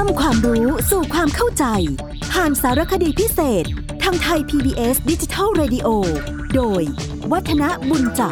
ำความรู้สู่ความเข้าใจผ่านสารคดีพิเศษทางไทย PBS Digital Radio โดยวัฒนบุญจับ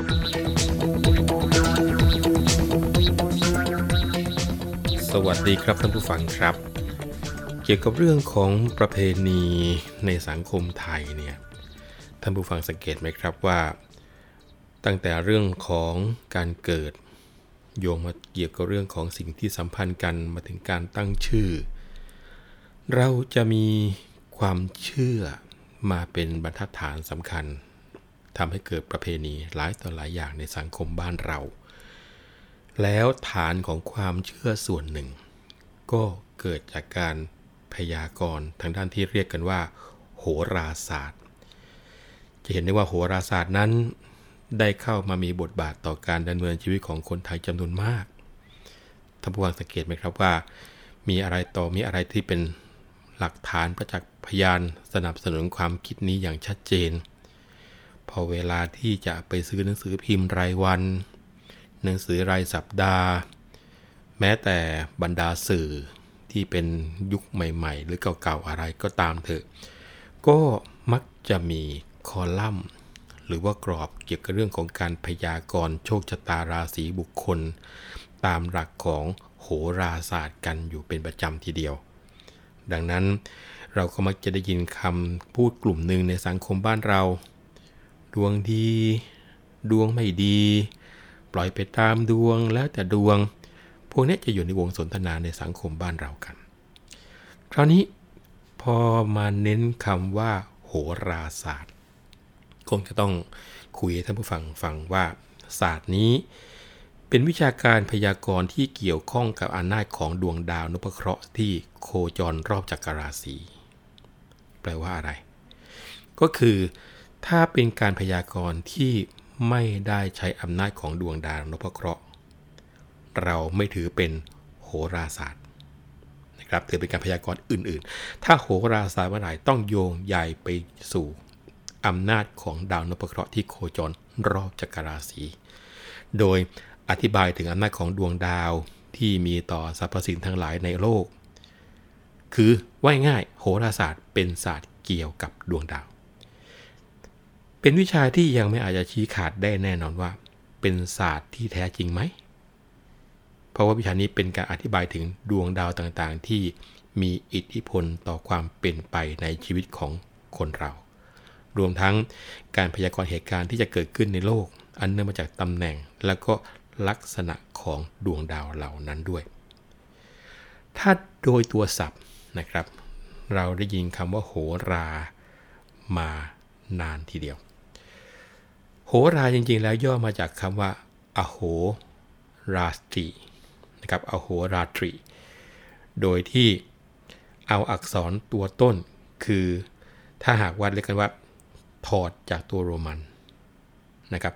สวัสดีครับท่านผู้ฟังครับเกี่ยวกับเรื่องของประเพณีในสังคมไทยเนี่ยท่านผู้ฟังสังเกตไหมครับว่าตั้งแต่เรื่องของการเกิดโยงมาเกี่ยวกับเรื่องของสิ่งที่สัมพันธ์กันมาถึงการตั้งชื่อเราจะมีความเชื่อมาเป็นบรรทัดฐานสำคัญทำให้เกิดประเพณีหลายต่อหลายอย่างในสังคมบ้านเราแล้วฐานของความเชื่อส่วนหนึ่งก็เกิดจากการพยากรณ์ทางด้านที่เรียกกันว่าโหราศาสตร์จะเห็นได้ว่าโหราศาสตร์นั้นได้เข้ามามีบทบาทต่อการดำเนินชีวิตของคนไทยจำนวนมากท่านผู้ฟังสังเกตไหมครับว่ามีอะไรที่เป็นหลักฐานประจักษ์พยานสนับสนุนความคิดนี้อย่างชัดเจนพอเวลาที่จะไปซื้อหนังสือพิมพ์รายวันหนังสือรายสัปดาห์แม้แต่บรรดาสื่อที่เป็นยุคใหม่ๆหรือเก่าๆอะไรก็ตามเถอะก็มักจะมีคอลัมน์หรือว่ากรอบเกี่ยวกับเรื่องของการพยากรณ์โชคชะตาราศีบุคคลตามหลักของโหราศาสตร์กันอยู่เป็นประจำทีเดียวดังนั้นเราก็มักจะได้ยินคำพูดกลุ่มหนึ่งในสังคมบ้านเราดวงดีดวงไม่ดีปล่อยไปตามดวงแล้วแต่ดวงพวกนี้จะอยู่ในวงสนทนาในสังคมบ้านเรากันคราวนี้พอมาเน้นคำว่าโหราศาสตร์คงจะต้องคุยให้ท่านผู้ฟังว่าศาสตร์นี้เป็นวิชาการพยากรณ์ที่เกี่ยวข้องกับอำนาจของดวงดาวนพเคราะห์ที่โคจรรอบจักรราศีแปลว่าอะไรก็คือถ้าเป็นการพยากรณ์ที่ไม่ได้ใช้อำนาจของดวงดาวนพเคราะห์เราไม่ถือเป็นโหราศาสตร์นะครับถือเป็นการพยากรณ์อื่นๆถ้าโหราศาสตร์เมื่อไหร่ต้องโยงใยไปสู่อำนาจของดาวนพเคราะห์ที่โคจรรอบจักรราศีโดยอธิบายถึงอำนาจของดวงดาวที่มีต่อสรรพสิ่งทั้งหลายในโลกคือว่าง่ายโหราศาสตร์เป็นศาสตร์เกี่ยวกับดวงดาวเป็นวิชาที่ยังไม่อาจจะชี้ขาดได้แน่นอนว่าเป็นศาสตร์ที่แท้จริงไหมเพราะว่าวิชานี้เป็นการอธิบายถึงดวงดาวต่างๆที่มีอิทธิพลต่อความเป็นไปในชีวิตของคนเรารวมทั้งการพยากรณ์เหตุการณ์ที่จะเกิดขึ้นในโลกอันเนื่องมาจากตำแหน่งและก็ลักษณะของดวงดาวเหล่านั้นด้วยถ้าโดยตัวศัพท์นะครับเราได้ยินคำว่าโหรามานานทีเดียวโหราจริงๆแล้วย่อมาจากคำว่าอโหราตรีนะครับอโหราตรีโดยที่เอาอักษรตัวต้นคือถ้าหากว่าเรียกกันว่าถอดจากตัวโรมันนะครับ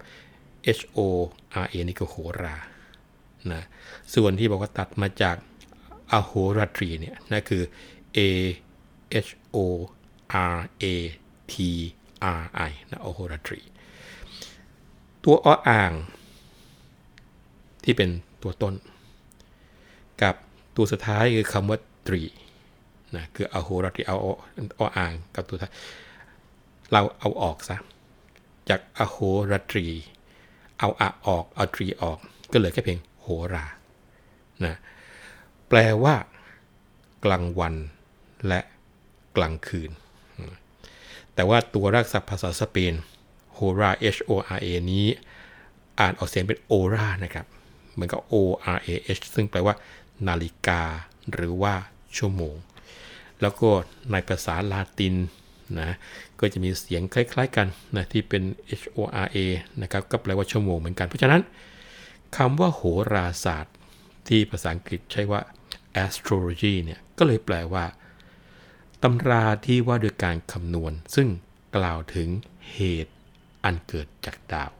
HORA นี่คือโหรานะส่วนที่บอกว่าตัดมาจากอโหราตรีเนี่ยนั่นคือ AHORATRI นะอโหราตรีตัวออ่างที่เป็นตัวต้นกับตัวสุดท้ายคือคำว่าตรีนะคืออโหราตรีเอาออ่างกับตัวท้ายเราเอาออกซะจากอโหราตรีเอาอะออกเอาตรีออกก็เหลือแค่เพียงโหรานะแปลว่ากลางวันและกลางคืนแต่ว่าตัวรากศัพท์ภาษาสเปนโหรา HORA นี้อ่านออกเสียงเป็นโอรานะครับเหมือนกับ ORAH ซึ่งแปลว่านาฬิกาหรือว่าชั่วโมงแล้วก็ในภาษาลาตินนะก็จะมีเสียงคล้ายๆกันนะที่เป็น HORA นะครับก็แปลว่าชั่วโมงเหมือนกันเพราะฉะนั้นคำว่าโหราศาสตร์ที่ภาษาอังกฤษใช้ว่า astrology เนี่ยก็เลยแปลว่าตำราที่ว่าโดยการคำนวณซึ่งกล่าวถึงเหตุอันเกิดจากดาว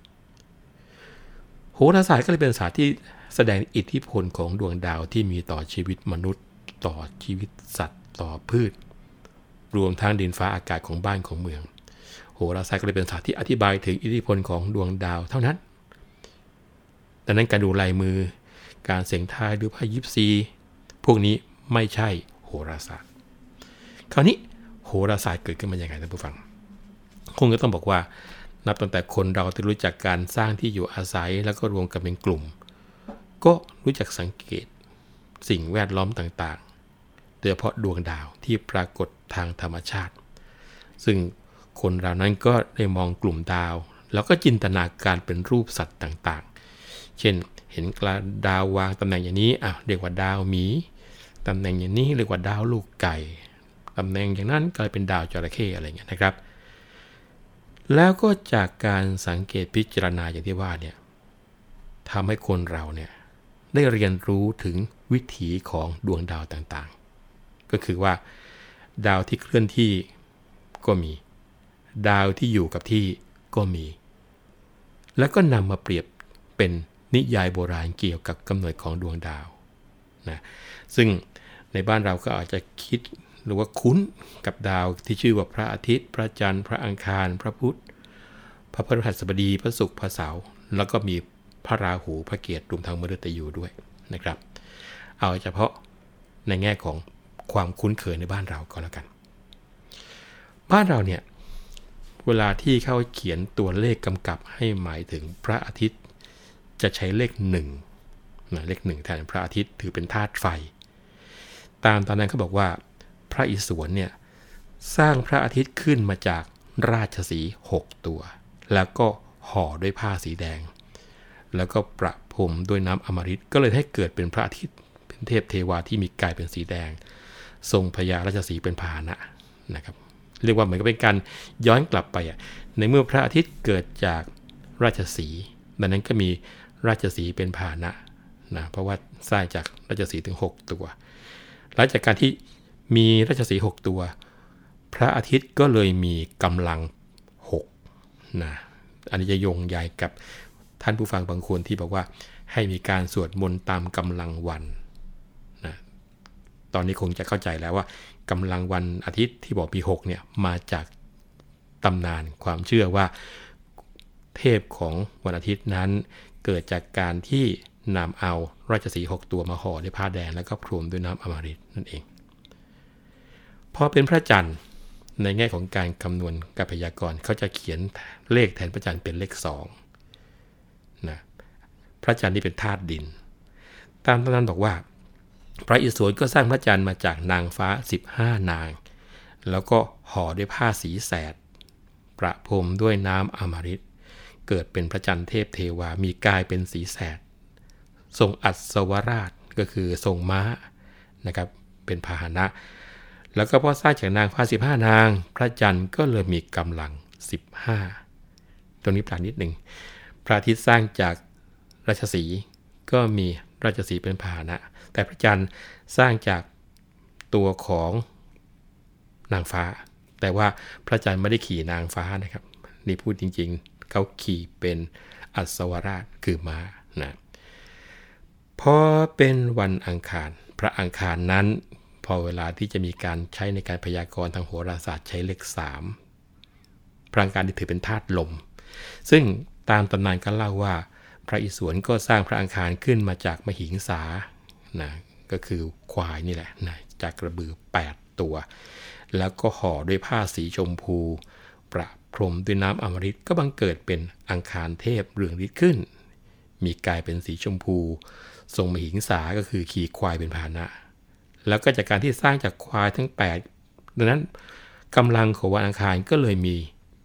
โหราศาสตร์ก็เลยเป็นศาสตร์ที่แสดงอิทธิพลของดวงดาวที่มีต่อชีวิตมนุษย์ต่อชีวิตสัตว์ต่อพืชรวมทั้งดินฟ้าอากาศของบ้านของเมืองโหราศาสตร์ก็เลยเป็นศาสตร์ที่อธิบายถึงอิทธิพลของดวงดาวเท่านั้นดังนั้นการดูลายมือการเสี่ยงทายดูไพ่ยิปซีพวกนี้ไม่ใช่โหราศาสตร์คราวนี้โหราศาสตร์เกิดขึ้นมาอย่างไรท่านผู้ฟังคงจะต้องบอกว่านับตั้งแต่คนเราที่รู้จักการสร้างที่อยู่อาศัยแล้วก็รวมกันเป็นกลุ่มก็รู้จักสังเกตสิ่งแวดล้อมต่างๆโดยเฉพาะดวงดาวที่ปรากฏทางธรรมชาติซึ่งคนเรานั้นก็ได้มองกลุ่มดาวแล้วก็จินตนาการเป็นรูปสัตว์ต่างๆเช่นเห็นดาววางตำแหน่งอย่างนี้เรียกว่าดาวหมีตำแหน่งอย่างนี้เรียกว่าดาวลูกไก่ตำแหน่งอย่างนั้นก็เป็นดาวจระเข้อะไรเงี้ยนะครับแล้วก็จากการสังเกตพิจารณาอย่างที่ว่าเนี่ยทำให้คนเราเนี่ยได้เรียนรู้ถึงวิถีของดวงดาวต่างๆก็คือว่าดาวที่เคลื่อนที่ก็มีดาวที่อยู่กับที่ก็มีแล้วก็นำมาเปรียบเป็นนิยายโบราณเกี่ยวกับกำเนิดของดวงดาวนะซึ่งในบ้านเราก็อาจจะคิดหรือว่าคุ้นกับดาวที่ชื่อว่าพระอาทิตย์พระจันทร์พระอังคารพระพุธพระพฤหัสบดีพระศุกร์พระเสาร์แล้วก็มีพระราหูพระเกตรวมทั้งมฤตยูด้วยนะครับเอาเฉพาะในแง่ของความคุ้นเคยในบ้านเราก็แล้วกันบ้านเราเนี่ยเวลาที่เขาเขียนตัวเลขกำกับให้หมายถึงพระอาทิตย์จะใช้เลข1เลข1แทนพระอาทิตย์ถือเป็นธาตุไฟตามตอนนั้นเขาบอกว่าพระอิศวรเนี่ยสร้างพระอาทิตย์ขึ้นมาจากราชสีห์6ตัวแล้วก็ห่อด้วยผ้าสีแดงแล้วก็ประพรมด้วยน้ำอมฤตก็เลยให้เกิดเป็นพระอาทิตย์เป็นเทพเทวาที่มีกายเป็นสีแดงทรงพญาราชสีห์เป็นพาหนะนะครับเรียกว่าเหมือนกับเป็นการย้อนกลับไปในเมื่อพระอาทิตย์เกิดจากราชสีห์ดังนั้นก็มีราชสีห์เป็นพาหนะเพราะว่าสร้างจากราชสีห์ถึง6ตัวหลังจากการที่มีราชสีห์6ตัวพระอาทิตย์ก็เลยมีกำลัง6อันนี้จะโยงใยกับท่านผู้ฟังบางคนที่บอกว่าให้มีการสวดมนต์ตามกำลังวันตอนนี้คงจะเข้าใจแล้วว่ากำลังวันอาทิตย์ที่บอกมี6เนี่ยมาจากตำนานความเชื่อว่าเทพของวันอาทิตย์นั้นเกิดจากการที่นำเอาราชสีห์6ตัวมาห่อด้วยผ้าแดงแล้วก็พรมด้วยน้ำอมฤตนั่นเองพอเป็นพระจันทร์ในแง่ของการคำนวณกับพยากรณ์เขาจะเขียนเลขแทนพระจันทร์เป็นเลข2พระจันทร์นี่เป็นธาตุดินตามตำนานบอกว่าพระอิศวรก็สร้างพระจันทร์มาจากนางฟ้า15นางแล้วก็ห่อด้วยผ้าสีแสดประพรมด้วยน้ำอมฤตเกิดเป็นพระจันทร์เทพเทวามีกายเป็นสีแสดทรงอัศวราชก็คือทรงม้านะครับเป็นพาหนะแล้วก็พอสร้างจากนางฟ้า15นางพระจันทร์ก็เลยมีกำลัง15ตรงนี้แปลนิดหนึ่งพระอาทิตย์สร้างจากราชสีห์ก็มีราชสีห์เป็นพาหนะแต่พระจันทร์สร้างจากตัวของนางฟ้าแต่ว่าพระจันทร์ไม่ได้ขี่นางฟ้านะครับนี่พูดจริงๆเขาขี่เป็นอัศวราชคือม้าพอเป็นวันอังคารพระอังคารนั้นพอเวลาที่จะมีการใช้ในการพยากรณ์ทางโหราศาสตร์ใช้เลข3พระอังคารที่ถือเป็นธาตุลมซึ่งตามตำนานก็เล่าว่าพระอิศวรก็สร้างพระอังคารขึ้นมาจากมหิงสาก็คือควายนี่แหละจากกระบือ8ตัวแล้วก็ห่อด้วยผ้าสีชมพูประพรมด้วยน้ำอมฤตก็บังเกิดเป็นอังคารเทพเรืองฤทธิ์ขึ้นมีกายเป็นสีชมพูทรงมหิงสาก็คือขี่ควายเป็นพาหนะแล้วก็จากการที่สร้างจากควายทั้ง8ดังนั้นกำลังของวันอังคารก็เลยมี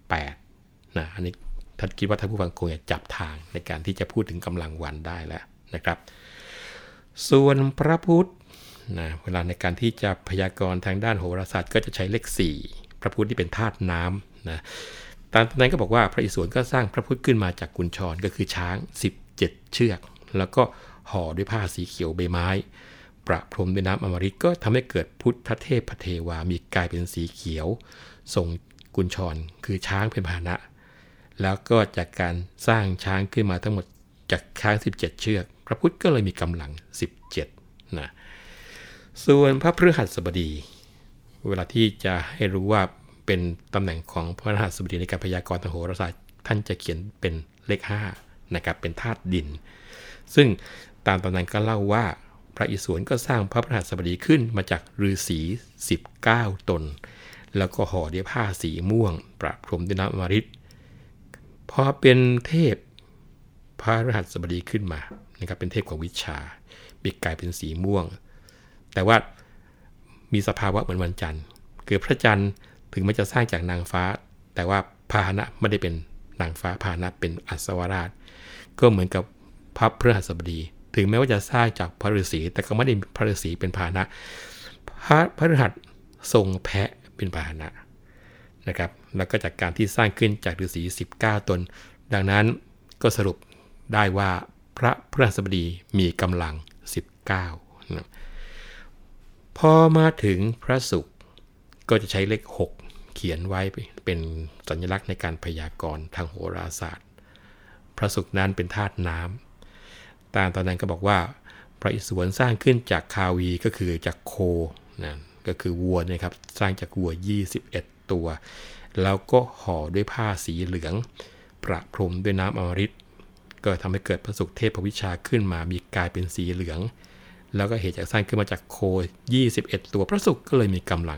8อันนี้ท่านคิดว่าท่านผู้ฟังคงจะจับทางในการที่จะพูดถึงกำลังวันได้แล้วนะครับส่วนพระพุธเวลาในการที่จะพยากรณ์ทางด้านโหราศาสตร์ก็จะใช้เลข4พระพุธที่เป็นธาตุน้ำตามนั้นก็บอกว่าพระอิศวรก็สร้างพระพุธขึ้นมาจากกุญชรก็คือช้าง17เชือกแล้วก็ห่อด้วยผ้าสีเขียวใบไม้ประพรมด้วยน้ำอมฤตก็ทำให้เกิดพุทธเทพเทวามีกายเป็นสีเขียวทรงกุญชรคือช้างเป็นพาหนะแล้วก็จากการสร้างช้างขึ้นมาทั้งหมดจากช้าง17เชือกพระพุธก็เลยมีกำลัง17ส่วนพระพฤหัสบดีเวลาที่จะให้รู้ว่าเป็นตำแหน่งของพระพฤหัสบดีในการพยากรณ์ทางโหราศาสตร์ท่านจะเขียนเป็นเลข5นะครับเป็นธาตุดินซึ่งตามตำนานก็เล่าว่าพระอิศวรก็สร้างพระพฤหัสบดีขึ้นมาจากฤาษี19 ตนแล้วก็ห่อด้วยผ้าสีม่วงประพรมด้วยน้ำอมฤตพอเป็นเทพพระพฤหัสบดีขึ้นมานะครับเป็นเทพของวิชาปีกกายเป็นสีม่วงแต่ว่ามีสภาวะเหมือนวันจันทร์คือพระจันทร์ถึงแม้จะสร้างจากนางฟ้าแต่ว่าพาหนะไม่ได้เป็นนางฟ้าพาหนะเป็นอัศวราชก็เหมือนกับพระพฤหัสบดีถึงแม้ว่าจะสร้างจากพระฤาษีแต่ก็ไม่ได้พระฤาษีเป็นพาหนะพระพฤหัสทรงแพะเป็นพาหนะนะครับแล้วก็จากการที่สร้างขึ้นจากฤาษี19 ตนดังนั้นก็สรุปได้ว่าพระพฤหัสบดีมีกำลัง19นะพอมาถึงพระศุกร์ก็จะใช้เลข6เขียนไว้เป็นสัญลักษณ์ในการพยากรณ์ทางโหราศาสตร์พระศุกร์นั้นเป็นธาตุน้ำตามตอนนั้นก็บอกว่าพระอิศวรสร้างขึ้นจากคาวีก็คือจากโคนะก็คือวัวนะครับสร้างจากวัว21 ตัวแล้วก็ห่อด้วยผ้าสีเหลืองประพรมด้วยน้ำอมฤตก็ทำให้เกิดพระศุกร์เทพวิชาขึ้นมามีกายเป็นสีเหลืองแล้วก็เหตุจากสร้างขึ้นมาจากโค21 ตัวพระศุกร์ก็เลยมีกำลัง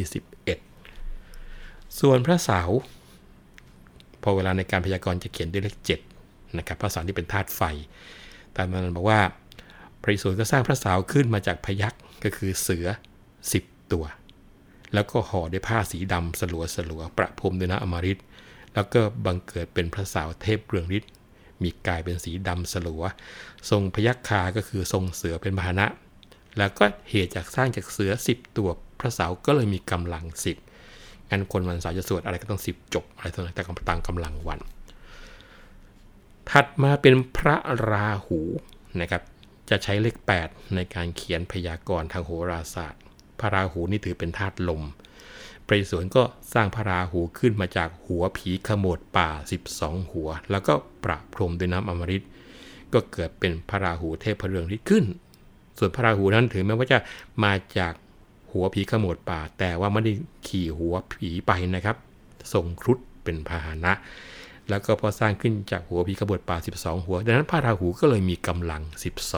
21ส่วนพระเสาร์พอเวลาในการพยากรณ์จะเขียนด้วยเลข7นะครับพระเสาร์ที่เป็นธาตุไฟตามนั้นบอกว่าพระอิศวรก็สร้างพระเสาร์ขึ้นมาจากพยัคฆ์ก็คือเสือ10 ตัวแล้วก็ห่อด้วยผ้าสีดำสลัวประพรมด้วยน้ำอมฤตแล้วก็บังเกิดเป็นพระเสาร์เทพเรืองฤทธิ์มีกายเป็นสีดำสลัวทรงพยัคฆาก็คือทรงเสือเป็นพาหนะแล้วก็เหตุจากสร้างจากเสือ10 ตัวพระเสาร์ก็เลยมีกำลัง10งั้นคนวันเสาร์จะสวดอะไรก็ต้อง10 จบอะไรต่างๆตามกำลังวันถัดมาเป็นพระราหูนะครับจะใช้เลข8ในการเขียนพยากรณ์ทางโหราศาสตร์พระราหูนี่ถือเป็นธาตุลมพระอิศวรก็สร้างพระราหูขึ้นมาจากหัวผีขโมดป่า12 หัวแล้วก็ประพรมด้วยน้ำอมฤตก็เกิดเป็นพระราหูเทพเรืองฤทธิ์ขึ้นส่วนพระราหูนั้นถึงแม้ว่าจะมาจากหัวผีขโมดป่าแต่ว่าไม่ได้ขี่หัวผีไปนะครับทรงครุฑเป็นพาหนะแล้วก็พอสร้างขึ้นจากหัวผีขโมดป่า12 หัวดังนั้นพระราหูก็เลยมีกำลัง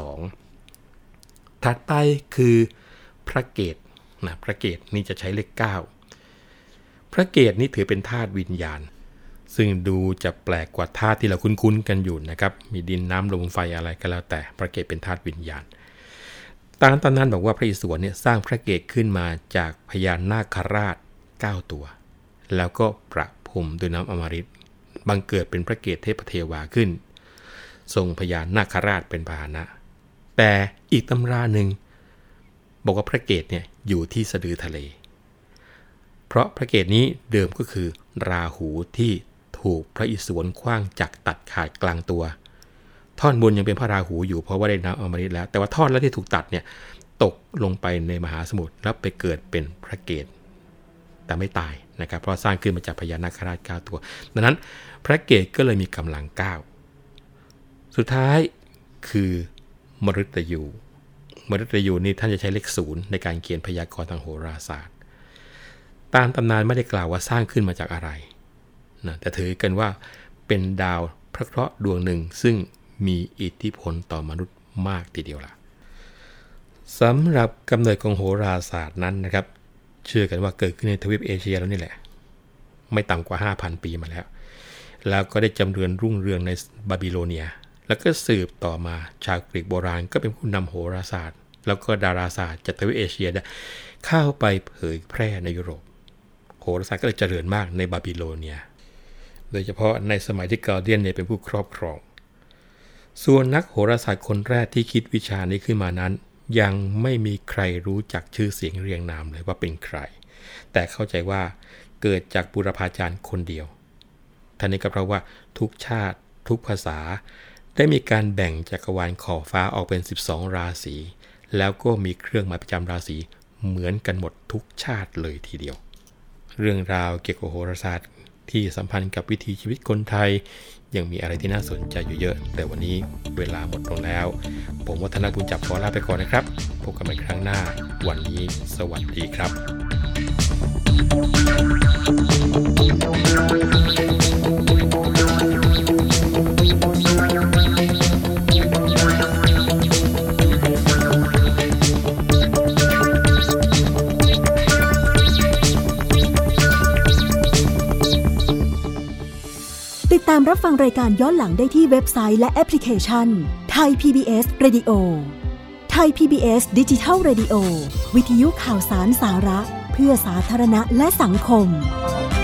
12ถัดไปคือพระเกศนะพระเกศนี่จะใช้เลข9พระเกศนี่ถือเป็นธาตุวิญญาณซึ่งดูจะแปลกกว่าธาตุที่เราคุ้นๆกันอยู่นะครับมีดินน้ำลมไฟอะไรก็แล้วแต่พระเกศเป็นธาตุวิญญาณตามตอนนั้นบอกว่าพระอิศวรเนี่ยสร้างพระเกศขึ้นมาจากพญานาคราช9 ตัวแล้วก็ประพรมด้วยน้ำอมฤตบังเกิดเป็นพระเกศเทพเทวาขึ้นทรงพญานาคราชเป็นพาหนะแต่อีกตำราหนึ่งบอกว่าพระเกศเนี่ยอยู่ที่สะดือทะเลเพราะพระเกศนี้เดิมก็คือราหูที่ถูกพระอิศวรขว้างจักรตัดขาดกลางตัวท่อนบนยังเป็นพระราหูอยู่เพราะว่าได้น้ำอมฤตแล้วแต่ว่าท่อนแล้วที่ถูกตัดเนี่ยตกลงไปในมหาสมุทรแล้วไปเกิดเป็นพระเกศแต่ไม่ตายนะครับเพราะสร้างขึ้นมาจากพญานาคราช9 ตัวดังนั้นพระเกศก็เลยมีกำลัง9สุดท้ายคือมฤตยูนี่ท่านจะใช้เลข0ในการเขียนพยากรณ์ทางโหราศาสตร์ตามตำนานไม่ได้กล่าวว่าสร้างขึ้นมาจากอะไรนะแต่ถือกันว่าเป็นดาวพระเคราะห์ดวงหนึ่งซึ่งมีอิทธิพลต่อมนุษย์มากทีเดียวล่ะสำหรับกำเนิดของโหราศาสตร์นั้นนะครับเชื่อกันว่าเกิดขึ้นในทวีปเอเชียแล้วนี่แหละไม่ต่ำกว่า 5,000 ปีมาแล้วก็ได้จำเริญรุ่งเรืองในบาบิโลเนียแล้วก็สืบต่อมาชาวกรีกโบราณก็เป็นผู้นำโหราศาสตร์แล้วก็ดาราศาสตร์จากทวีปเอเชียเข้าไปเผยแพร่ในยุโรปโหราศาสตร์ก็เลยเจริญมากในบาบิโลเนียโดยเฉพาะในสมัยที่กาลเดียนเนี่ยเป็นผู้ครอบครองส่วนนักโหราศาสตร์คนแรกที่คิดวิชานี้ขึ้นมานั้นยังไม่มีใครรู้จักชื่อเสียงเรียงนามเลยว่าเป็นใครแต่เข้าใจว่าเกิดจากบุรพาจารย์คนเดียวท่านนี้ก็เพราะว่าทุกชาติทุกภาษาได้มีการแบ่งจักรวาลขอบฟ้าออกเป็น12 ราศีแล้วก็มีเครื่องหมายประจำราศีเหมือนกันหมดทุกชาติเลยทีเดียวเรื่องราวเกี่ยวกับโหราศาสตร์ที่สัมพันธ์กับวิถีชีวิตคนไทยยังมีอะไรที่น่าสนใจอยู่เยอะแต่วันนี้เวลาหมดลงแล้วผมวัฒนบุญจับขอลาไปก่อนนะครับพบกันใหม่ครั้งหน้าวันนี้สวัสดีครับตามรับฟังรายการย้อนหลังได้ที่เว็บไซต์และแอปพลิเคชัน Thai PBS Radio Thai PBS Digital Radio วิทยุข่าวสารสาระเพื่อสาธารณะและสังคม